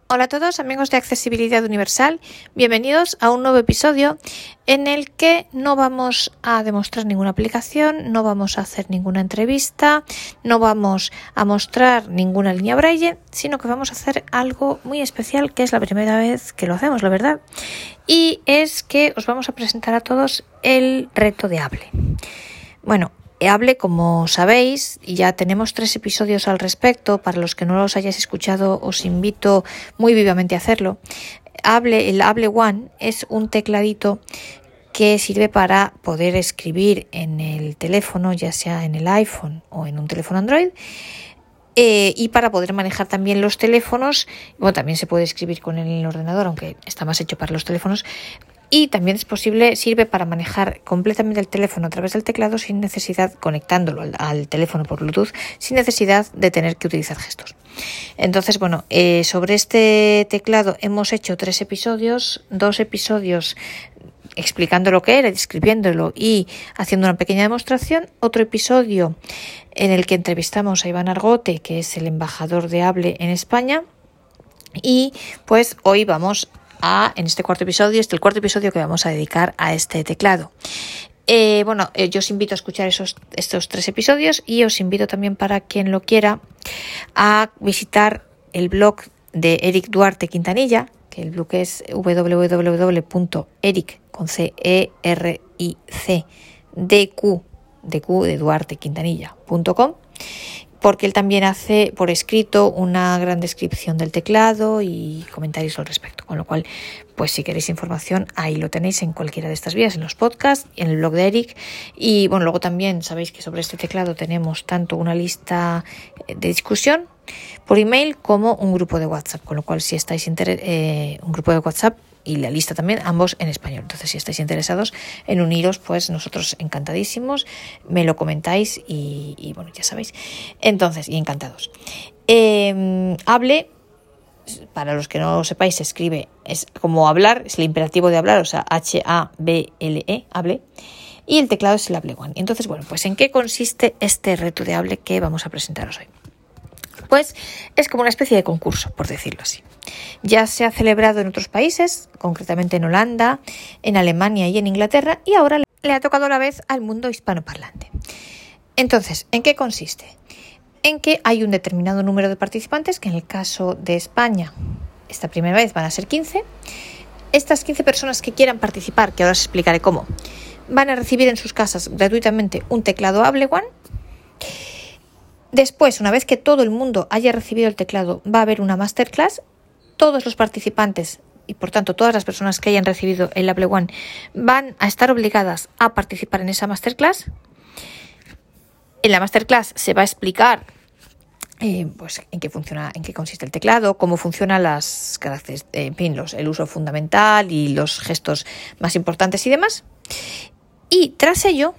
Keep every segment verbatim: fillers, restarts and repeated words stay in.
Hola a todos amigos de Accesibilidad Universal, bienvenidos a un nuevo episodio en el que no vamos a demostrar ninguna aplicación, no vamos a hacer ninguna entrevista, no vamos a mostrar ninguna línea braille, sino que vamos a hacer algo muy especial que es la primera vez que lo hacemos, la verdad, y es que os vamos a presentar a todos el reto de Hable. Bueno, Hable, como sabéis, y ya tenemos tres episodios al respecto. Para los que no los hayáis escuchado, os invito muy vivamente a hacerlo. Hable, el Hable One es un tecladito que sirve para poder escribir en el teléfono, ya sea en el iPhone o en un teléfono Android, eh, y para poder manejar también los teléfonos. Bueno, también se puede escribir con el ordenador, aunque está más hecho para los teléfonos. Y también es posible, sirve para manejar completamente el teléfono a través del teclado sin necesidad, conectándolo al, al teléfono por Bluetooth, sin necesidad de tener que utilizar gestos. Entonces, bueno, eh, sobre este teclado hemos hecho tres episodios, dos episodios explicando lo que era, describiéndolo y haciendo una pequeña demostración, otro episodio en el que entrevistamos a Iván Argote, que es el embajador de Hable en España, y pues hoy vamos a, en este cuarto episodio, este es el cuarto episodio que vamos a dedicar a este teclado. Eh, bueno, eh, yo os invito a escuchar esos, estos tres episodios y os invito también, para quien lo quiera, a visitar el blog de Eric Duarte Quintanilla, que el blog es w w w punto eric con c e r i c d q de q de Duarte Quintanilla punto com, porque él también hace por escrito una gran descripción del teclado y comentarios al respecto, con lo cual, pues si queréis información, ahí lo tenéis en cualquiera de estas vías, en los podcasts, en el blog de Eric. Y bueno, luego también sabéis que sobre este teclado tenemos tanto una lista de discusión por email como un grupo de WhatsApp, con lo cual si estáis inter- eh, un grupo de WhatsApp y la lista también, ambos en español. Entonces, si estáis interesados en uniros, pues nosotros encantadísimos, me lo comentáis y, y bueno, ya sabéis. Entonces, y encantados. Eh, hable, para los que no lo sepáis, se escribe, es como hablar, es el imperativo de hablar, o sea, H A B L E, hable, y el teclado es el Hable One. Entonces, bueno, pues ¿en qué consiste este reto de Hable que vamos a presentaros hoy? Pues es como una especie de concurso, por decirlo así. Ya se ha celebrado en otros países, concretamente en Holanda, en Alemania y en Inglaterra, y ahora le ha tocado la vez al mundo hispanoparlante. Entonces, ¿en qué consiste? En que hay un determinado número de participantes, que en el caso de España, esta primera vez van a ser quince. Estas quince personas que quieran participar, que ahora os explicaré cómo, van a recibir en sus casas gratuitamente un teclado Hable One. Después, una vez que todo el mundo haya recibido el teclado, va a haber una masterclass. Todos los participantes y, por tanto, todas las personas que hayan recibido el Hable One van a estar obligadas a participar en esa masterclass. En la masterclass se va a explicar eh, pues, en qué funciona, en qué consiste el teclado, cómo funcionan las características, eh, en fin, los, el uso fundamental y los gestos más importantes y demás. Y tras ello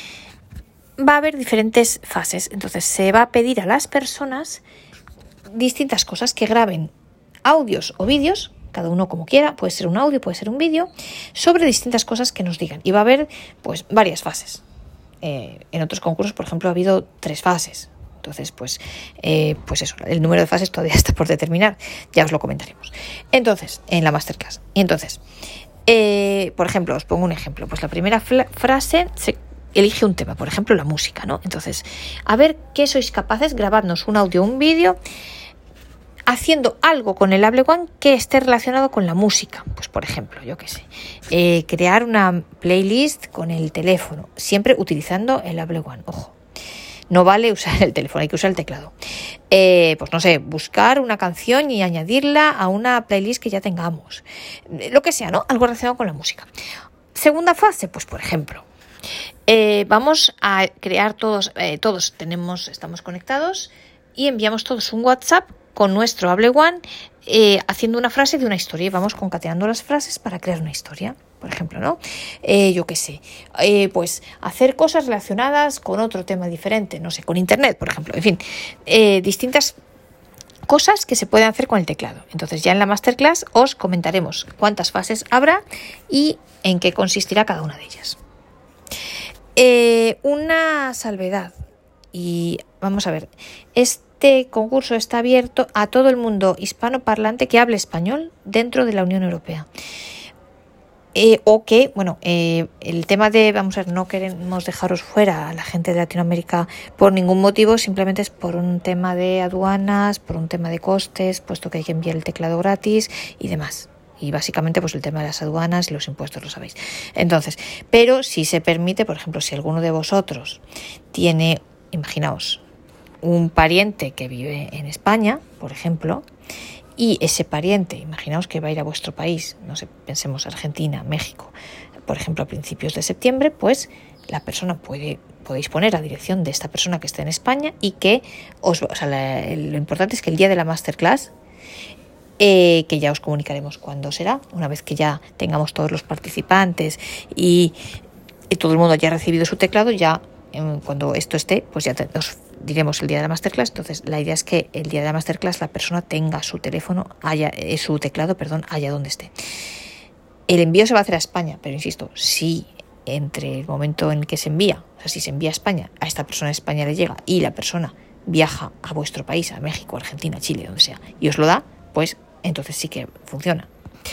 va a haber diferentes fases. Entonces se va a pedir a las personas distintas cosas, que graben audios o vídeos, cada uno como quiera, puede ser un audio, puede ser un vídeo, sobre distintas cosas que nos digan. Y va a haber pues varias fases. Eh, en otros concursos, por ejemplo, ha habido tres fases. Entonces, pues, eh, pues eso, el número de fases todavía está por determinar, ya os lo comentaremos. Entonces, en la masterclass. Y entonces, eh, por ejemplo, os pongo un ejemplo. Pues la primera fla- frase se elige un tema, por ejemplo, la música, ¿no? Entonces, a ver qué sois capaces, grabadnos un audio o un vídeo haciendo algo con el Hable One que esté relacionado con la música. Pues, por ejemplo, yo qué sé, eh, crear una playlist con el teléfono, siempre utilizando el Hable One, ojo. No vale usar el teléfono, hay que usar el teclado. Eh, pues no sé, buscar una canción y añadirla a una playlist que ya tengamos. Lo que sea, ¿no? Algo relacionado con la música. Segunda fase, pues por ejemplo, eh, vamos a crear todos, eh, todos tenemos, estamos conectados y enviamos todos un WhatsApp con nuestro Hable One eh, haciendo una frase de una historia, y vamos concatenando las frases para crear una historia. Por ejemplo, ¿no? Eh, yo qué sé, eh, pues hacer cosas relacionadas con otro tema diferente, no sé, con Internet, por ejemplo. En fin, eh, distintas cosas que se pueden hacer con el teclado. Entonces, ya en la masterclass os comentaremos cuántas fases habrá y en qué consistirá cada una de ellas. Eh, una salvedad, y vamos a ver, es este concurso está abierto a todo el mundo hispanoparlante que hable español dentro de la Unión Europea. Eh, o que, bueno, eh, el tema de, vamos a ver, no queremos dejaros fuera a la gente de Latinoamérica por ningún motivo, simplemente es por un tema de aduanas, por un tema de costes, puesto que hay que enviar el teclado gratis y demás. Y básicamente pues el tema de las aduanas y los impuestos, lo sabéis. Entonces, pero si se permite, por ejemplo, si alguno de vosotros tiene, imaginaos, un pariente que vive en España, por ejemplo, y ese pariente, imaginaos que va a ir a vuestro país, no sé, pensemos Argentina, México, por ejemplo, a principios de septiembre, pues la persona puede, podéis poner a dirección de esta persona que está en España y que os, o sea, la, lo importante es que el día de la masterclass, eh, que ya os comunicaremos cuándo será, una vez que ya tengamos todos los participantes y, y todo el mundo haya recibido su teclado, ya eh, cuando esto esté, pues ya te, os diremos el día de la masterclass. Entonces la idea es que el día de la masterclass la persona tenga su teléfono, haya, eh, su teclado, perdón, allá donde esté. El envío se va a hacer a España, pero insisto, si entre el momento en que se envía, o sea, si se envía a España, a esta persona de España le llega y la persona viaja a vuestro país, a México, Argentina, Chile, donde sea, y os lo da, pues entonces sí que funciona.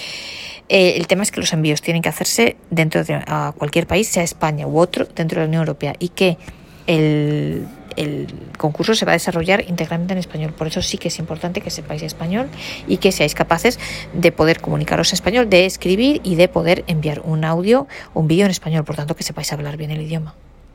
Eh, el tema es que los envíos tienen que hacerse dentro de a cualquier país, sea España u otro, dentro de la Unión Europea, y que el El concurso se va a desarrollar íntegramente en español. Por eso sí que es importante que sepáis español y que seáis capaces de poder comunicaros en español, de escribir y de poder enviar un audio o un vídeo en español. Por tanto, que sepáis hablar bien el idioma.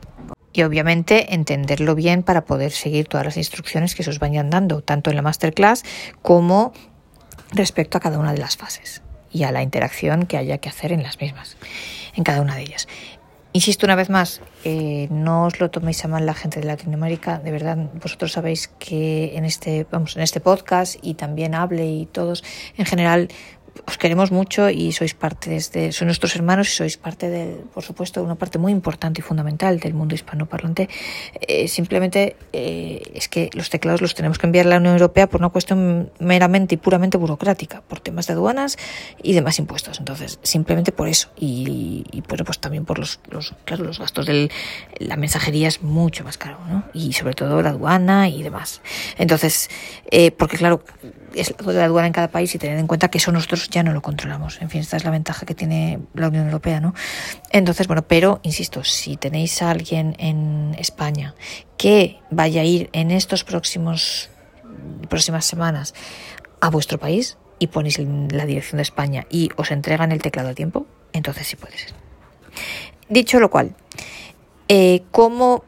Y obviamente entenderlo bien para poder seguir todas las instrucciones que se os vayan dando, tanto en la masterclass como respecto a cada una de las fases y a la interacción que haya que hacer en las mismas, en cada una de ellas. Insisto una vez más, eh, no os lo toméis a mal la gente de Latinoamérica, de verdad, vosotros sabéis que en este, vamos, en este podcast y también Hable y todos en general os queremos mucho y sois parte de, sois nuestros hermanos y sois parte del, por supuesto, una parte muy importante y fundamental del mundo hispanoparlante. Eh, simplemente eh, es que los teclados los tenemos que enviar a la Unión Europea por una cuestión meramente y puramente burocrática, por temas de aduanas y demás impuestos. Entonces, simplemente por eso y, y pues, pues también por los, los, claro, los gastos de la mensajería es mucho más caro, ¿no? Y sobre todo la aduana y demás. Entonces, eh, porque claro, es la aduana en cada país y tened en cuenta que eso nosotros ya no lo controlamos. En fin, esta es la ventaja que tiene la Unión Europea, ¿no? Entonces, bueno, pero, insisto, si tenéis a alguien en España que vaya a ir en estos próximos próximas semanas a vuestro país y ponéis la dirección de España y os entregan el teclado a tiempo, entonces sí puede ser. Dicho lo cual, eh, ¿cómo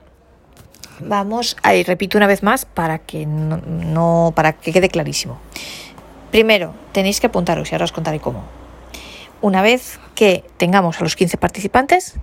vamos? Ahí repito una vez más para que no, no para que quede clarísimo. Primero, tenéis que apuntaros y ahora os contaré cómo. Una vez que tengamos a los quince participantes,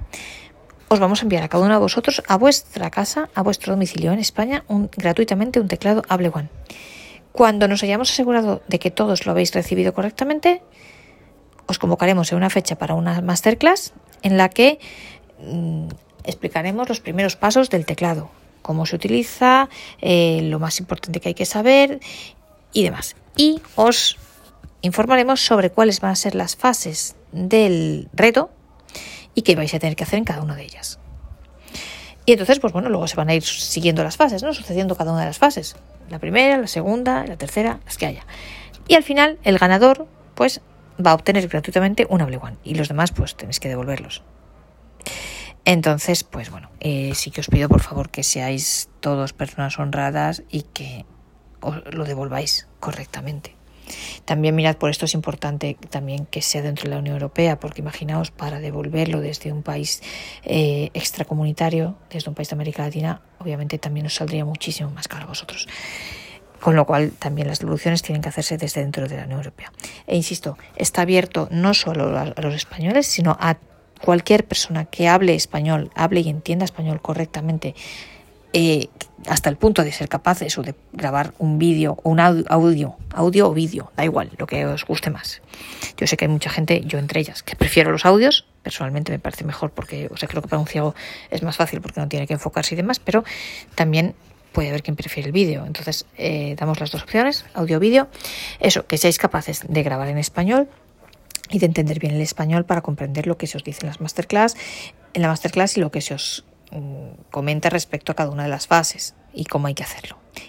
os vamos a enviar a cada uno de vosotros a vuestra casa, a vuestro domicilio en España, un, gratuitamente un teclado Hable One. Cuando nos hayamos asegurado de que todos lo habéis recibido correctamente, os convocaremos en una fecha para una masterclass en la que mmm, explicaremos los primeros pasos del teclado, cómo se utiliza, eh, lo más importante que hay que saber y demás. Y os informaremos sobre cuáles van a ser las fases del reto y qué vais a tener que hacer en cada una de ellas. Y entonces, pues bueno, luego se van a ir siguiendo las fases, ¿no? Sucediendo cada una de las fases. La primera, la segunda, la tercera, las que haya. Y al final, el ganador, pues, va a obtener gratuitamente un Hable One. Y los demás, pues, tenéis que devolverlos. Entonces, pues bueno, eh, sí que os pido, por favor, que seáis todos personas honradas y que os lo devolváis correctamente. También mirad, por esto es importante también que sea dentro de la Unión Europea, porque imaginaos, para devolverlo desde un país eh, extracomunitario, desde un país de América Latina, obviamente también os saldría muchísimo más caro a vosotros. Con lo cual también las devoluciones tienen que hacerse desde dentro de la Unión Europea. E insisto, está abierto no solo a los españoles, sino a cualquier persona que hable español, hable y entienda español correctamente, eh, hasta el punto de ser capaz eso, de grabar un vídeo o un audio, audio, audio o vídeo, da igual, lo que os guste más. Yo sé que hay mucha gente, yo entre ellas, que prefiero los audios, personalmente me parece mejor porque, o sea, creo que para un ciego es más fácil porque no tiene que enfocarse y demás, pero también puede haber quien prefiere el vídeo. Entonces, eh, damos las dos opciones, audio o vídeo. Eso, que seáis capaces de grabar en español y de entender bien el español para comprender lo que se os dice en las masterclass, en la masterclass y lo que se os mm, comenta respecto a cada una de las fases y cómo hay que hacerlo.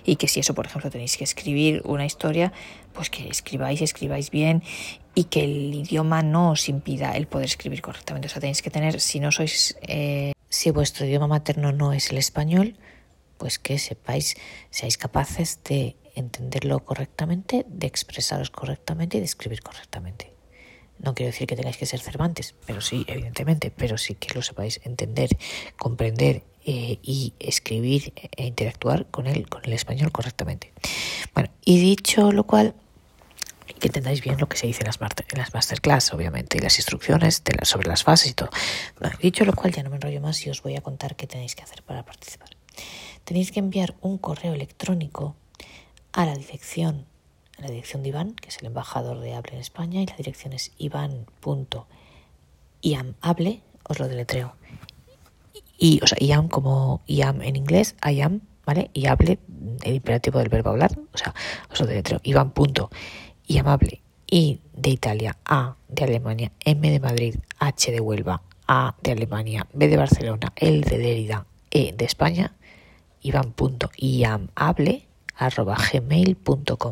y que si eso, por ejemplo, tenéis que escribir una historia, pues que escribáis, escribáis bien y que el idioma no os impida el poder escribir correctamente. O sea, tenéis que tener, si no sois, eh, si vuestro idioma materno no es el español, pues que sepáis, seáis capaces de entenderlo correctamente, de expresaros correctamente y de escribir correctamente. No quiero decir que tengáis que ser Cervantes, pero sí, evidentemente, pero sí que lo sepáis entender, comprender eh, y escribir e interactuar con él, con el español correctamente. Bueno, y dicho lo cual, que entendáis bien lo que se dice en las, en las masterclass, obviamente, y las instrucciones de la, sobre las fases y todo. Bueno, dicho lo cual, ya no me enrollo más y os voy a contar qué tenéis que hacer para participar. Tenéis que enviar un correo electrónico a la dirección, a la dirección de Iván, que es el embajador de Hable en España, y la dirección es iván punto iamhable, os lo deletreo. Y, o sea, iam como iam en inglés, I am, ¿vale? Y hable, el imperativo del verbo hablar, o sea, os lo deletreo. iván punto iamhable, I de Italia, A de Alemania, M de Madrid, H de Huelva, A de Alemania, B de Barcelona, L de Lérida, E de España, iván punto iamhable arroba gmail punto com.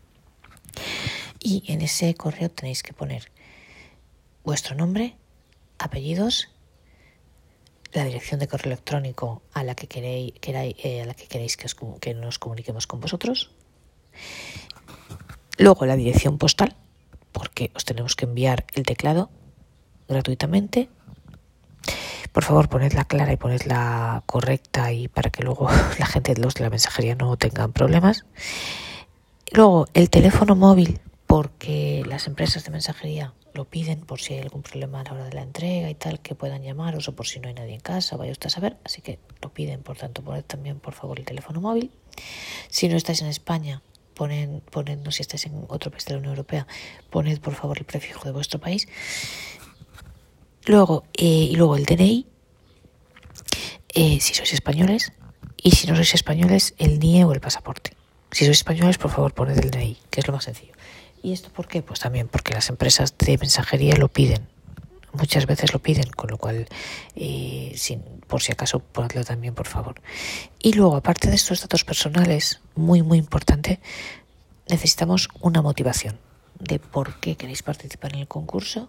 Y en ese correo tenéis que poner vuestro nombre, apellidos, la dirección de correo electrónico a la que queréis, queráis, eh, a la que queréis que, os, que nos comuniquemos con vosotros, luego la dirección postal, porque os tenemos que enviar el teclado gratuitamente. Por favor, ponedla clara y ponedla correcta y para que luego la gente, los de la mensajería, no tengan problemas. Luego, el teléfono móvil, porque las empresas de mensajería lo piden por si hay algún problema a la hora de la entrega y tal, que puedan llamaros, o por si no hay nadie en casa, vaya usted a saber. Así que lo piden, por tanto, poned también, por favor, el teléfono móvil. Si no estáis en España, poned, poned, no, si estáis en otro país de la Unión Europea, poned, por favor, el prefijo de vuestro país. Luego, eh, y luego el D N I, eh, si sois españoles, y si no sois españoles, el N I E o el pasaporte. Si sois españoles, por favor, poned el D N I, que es lo más sencillo. ¿Y esto por qué? Pues también porque las empresas de mensajería lo piden. Muchas veces lo piden, con lo cual, eh, sin, por si acaso, ponedlo también, por favor. Y luego, aparte de estos datos personales, muy, muy importante, necesitamos una motivación de por qué queréis participar en el concurso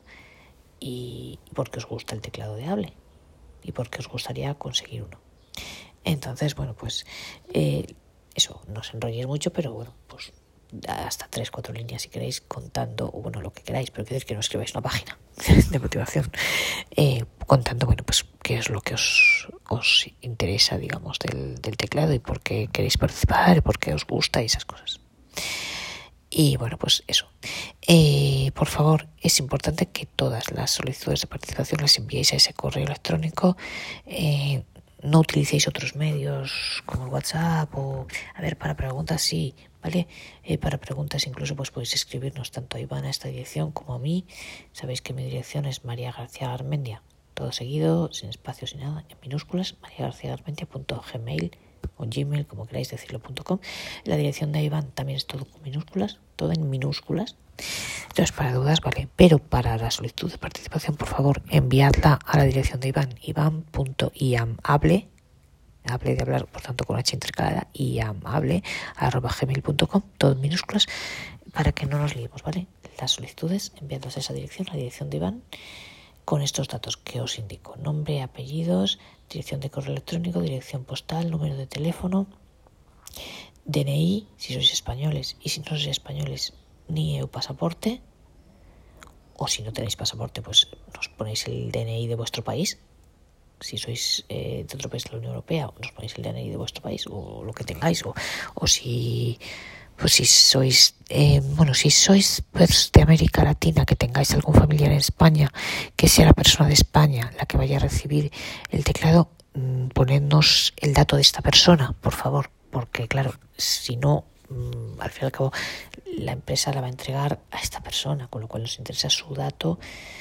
y por qué os gusta el teclado de Hable y por qué os gustaría conseguir uno. Entonces, bueno, pues eh, eso, no os enrolléis mucho, pero bueno, pues hasta tres, cuatro líneas si queréis, contando, o bueno, lo que queráis, pero quiero decir que no escribáis una página de motivación, eh, contando, bueno, pues qué es lo que os, os interesa, digamos, del, del teclado y por qué queréis participar, y por qué os gusta y esas cosas. Y bueno, pues eso. Eh, por favor, es importante que todas las solicitudes de participación las enviéis a ese correo electrónico. Eh, no utilicéis otros medios como el WhatsApp o, a ver, para preguntas sí, ¿vale? Eh, para preguntas incluso pues podéis escribirnos tanto a Iván a esta dirección como a mí. Sabéis que mi dirección es María García Garmendia, todo seguido, sin espacio, sin nada, en minúsculas, mariagarciagarmendia punto gmail o gmail, como queráis decirlo, punto com. La dirección de Iván también es todo con minúsculas, todo en minúsculas. Entonces, para dudas, vale, pero para la solicitud de participación, por favor, enviadla a la dirección de Iván, iván punto iamhable, hable de hablar, por tanto, con H intercalada, iamhable, arroba gmail punto com, todo en minúsculas, para que no nos liemos, ¿vale? Las solicitudes, enviadlas a esa dirección, la dirección de Iván, con estos datos que os indico: nombre, apellidos, dirección de correo electrónico, dirección postal, número de teléfono, D N I, si sois españoles, y si no sois españoles, N I E o pasaporte, o si no tenéis pasaporte, pues nos ponéis el D N I de vuestro país. Si sois eh, de otro país de la Unión Europea, nos ponéis el D N I de vuestro país, o lo que tengáis, o, o si... Pues si sois, eh, bueno, si sois pues, de América Latina, que tengáis algún familiar en España, que sea la persona de España la que vaya a recibir el teclado, mmm, ponednos el dato de esta persona, por favor, porque claro, si no, mmm, al fin y al cabo, la empresa la va a entregar a esta persona, con lo cual nos interesa su dato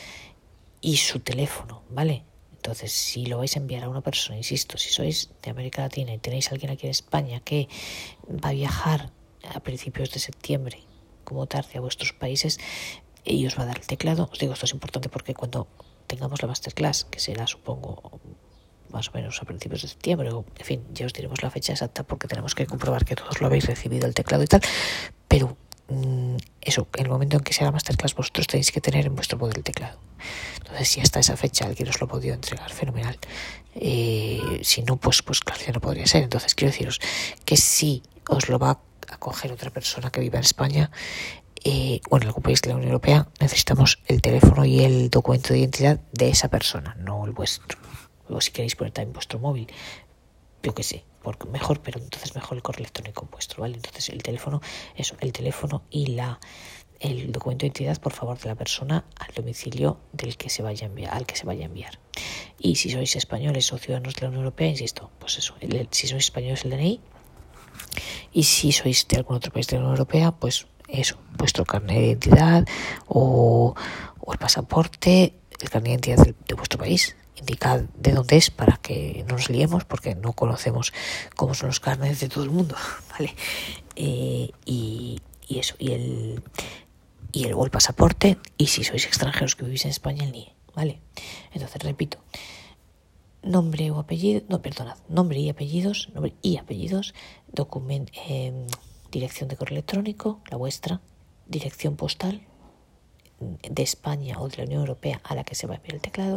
y su teléfono, ¿vale? Entonces, si lo vais a enviar a una persona, insisto, si sois de América Latina y tenéis a alguien aquí en España que va a viajar a principios de septiembre, como tarde, a vuestros países, y os va a dar el teclado. Os digo, esto es importante porque cuando tengamos la masterclass, que será, supongo, más o menos a principios de septiembre, o en fin, ya os diremos la fecha exacta porque tenemos que comprobar que todos lo habéis recibido, el teclado y tal, pero mmm, eso, en el momento en que sea la masterclass vosotros tenéis que tener en vuestro poder el teclado. Entonces, si hasta esa fecha alguien os lo ha podido entregar, fenomenal. Eh, si no, pues, pues claro, ya no podría ser. Entonces, quiero deciros que si os lo va a coger otra persona que viva en España, eh, o en algún país de la Unión Europea, necesitamos el teléfono y el documento de identidad de esa persona, no el vuestro. O si queréis poner también vuestro móvil, yo qué sé, porque mejor, pero entonces mejor el correo electrónico vuestro, ¿vale? Entonces el teléfono, eso, el teléfono y la el documento de identidad, por favor, de la persona al domicilio del que se vaya a enviar, al que se vaya a enviar. Y si sois españoles o ciudadanos de la Unión Europea, insisto, pues eso, el, el, si sois españoles el D N I, y si sois de algún otro país de la Unión Europea, pues eso, vuestro carnet de identidad o, o el pasaporte, el carnet de identidad de, de vuestro país. Indicad de dónde es para que no nos liemos, porque no conocemos cómo son los carnets de todo el mundo, ¿vale? Eh, y, y eso, y el y el, o el pasaporte, y si sois extranjeros que vivís en España, el N I E, ¿vale? Entonces, repito, nombre o apellido, no, perdonad, nombre y apellidos, nombre y apellidos, document, eh, dirección de correo electrónico, la vuestra, dirección postal de España o de la Unión Europea a la que se va a enviar el teclado,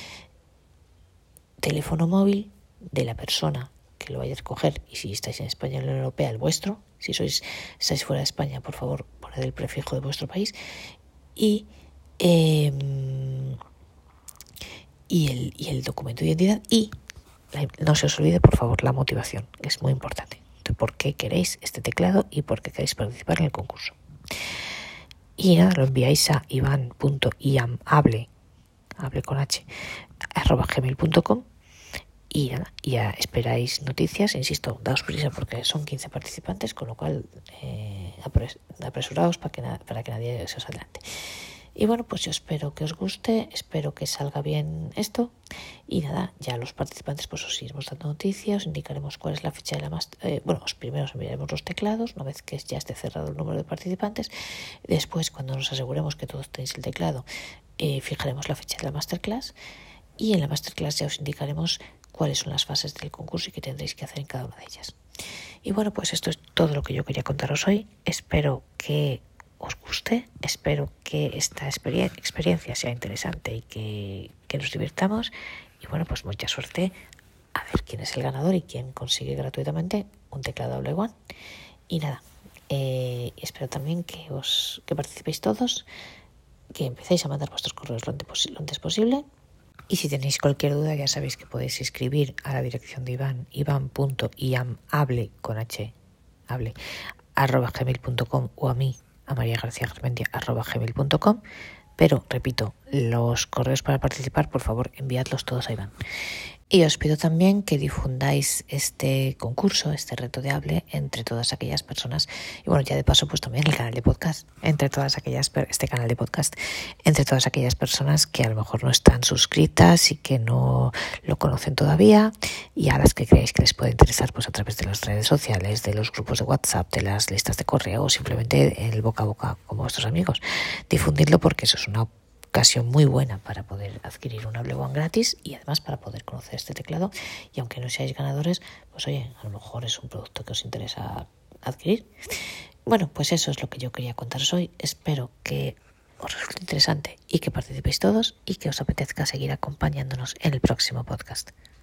teléfono móvil de la persona que lo vaya a recoger, y si estáis en España o en la Unión Europea, el vuestro. Si sois estáis fuera de España, por favor, poned el prefijo de vuestro país, y eh, y el y el documento de identidad, y la, no se os olvide, por favor, la motivación, que es muy importante, de por qué queréis este teclado y por qué queréis participar en el concurso. Y nada, lo enviáis a ivan.iamable, hable con h, arroba gmail punto com. Y nada, ya esperáis noticias, insisto, daos prisa porque son quince participantes, con lo cual eh, apres, apresuraos para que, na, para que nadie se os adelante. Y bueno, pues yo espero que os guste, espero que salga bien esto. Y nada, ya los participantes pues os iremos dando noticias, os indicaremos cuál es la fecha de la más... Eh, bueno, os primero os enviaremos los teclados, una vez que ya esté cerrado el número de participantes. Después, cuando nos aseguremos que todos tenéis el teclado, eh, fijaremos la fecha de la masterclass. Y en la masterclass ya os indicaremos cuáles son las fases del concurso y qué tendréis que hacer en cada una de ellas. Y bueno, pues esto es todo lo que yo quería contaros hoy. Espero que os guste, espero que esta experien- experiencia sea interesante y que, que nos divirtamos. Y bueno, pues mucha suerte, a ver quién es el ganador y quién consigue gratuitamente un teclado Able One. Y nada, eh, espero también que os que participéis todos, que empecéis a mandar vuestros correos lo antes, lo antes posible. Y si tenéis cualquier duda, ya sabéis que podéis escribir a la dirección de Iván, ivan.iamable con h, hable, arroba gmail punto com, o a mí, a María García Garmendia, arroba gmail punto com. Pero, repito, los correos para participar, por favor, enviadlos todos a Iván. Y os pido también que difundáis este concurso, este reto de Hable, entre todas aquellas personas, y bueno, ya de paso, pues también el canal de podcast, entre todas aquellas, este canal de podcast, entre todas aquellas personas que a lo mejor no están suscritas y que no lo conocen todavía, y a las que creáis que les puede interesar, pues a través de las redes sociales, de los grupos de WhatsApp, de las listas de correo, o simplemente en el boca a boca con vuestros amigos. Difundidlo porque eso es una ocasión muy buena para poder adquirir un Able One gratis y además para poder conocer este teclado, y aunque no seáis ganadores, pues oye, a lo mejor es un producto que os interesa adquirir. Bueno, pues eso es lo que yo quería contaros hoy. Espero que os resulte interesante y que participéis todos y que os apetezca seguir acompañándonos en el próximo podcast.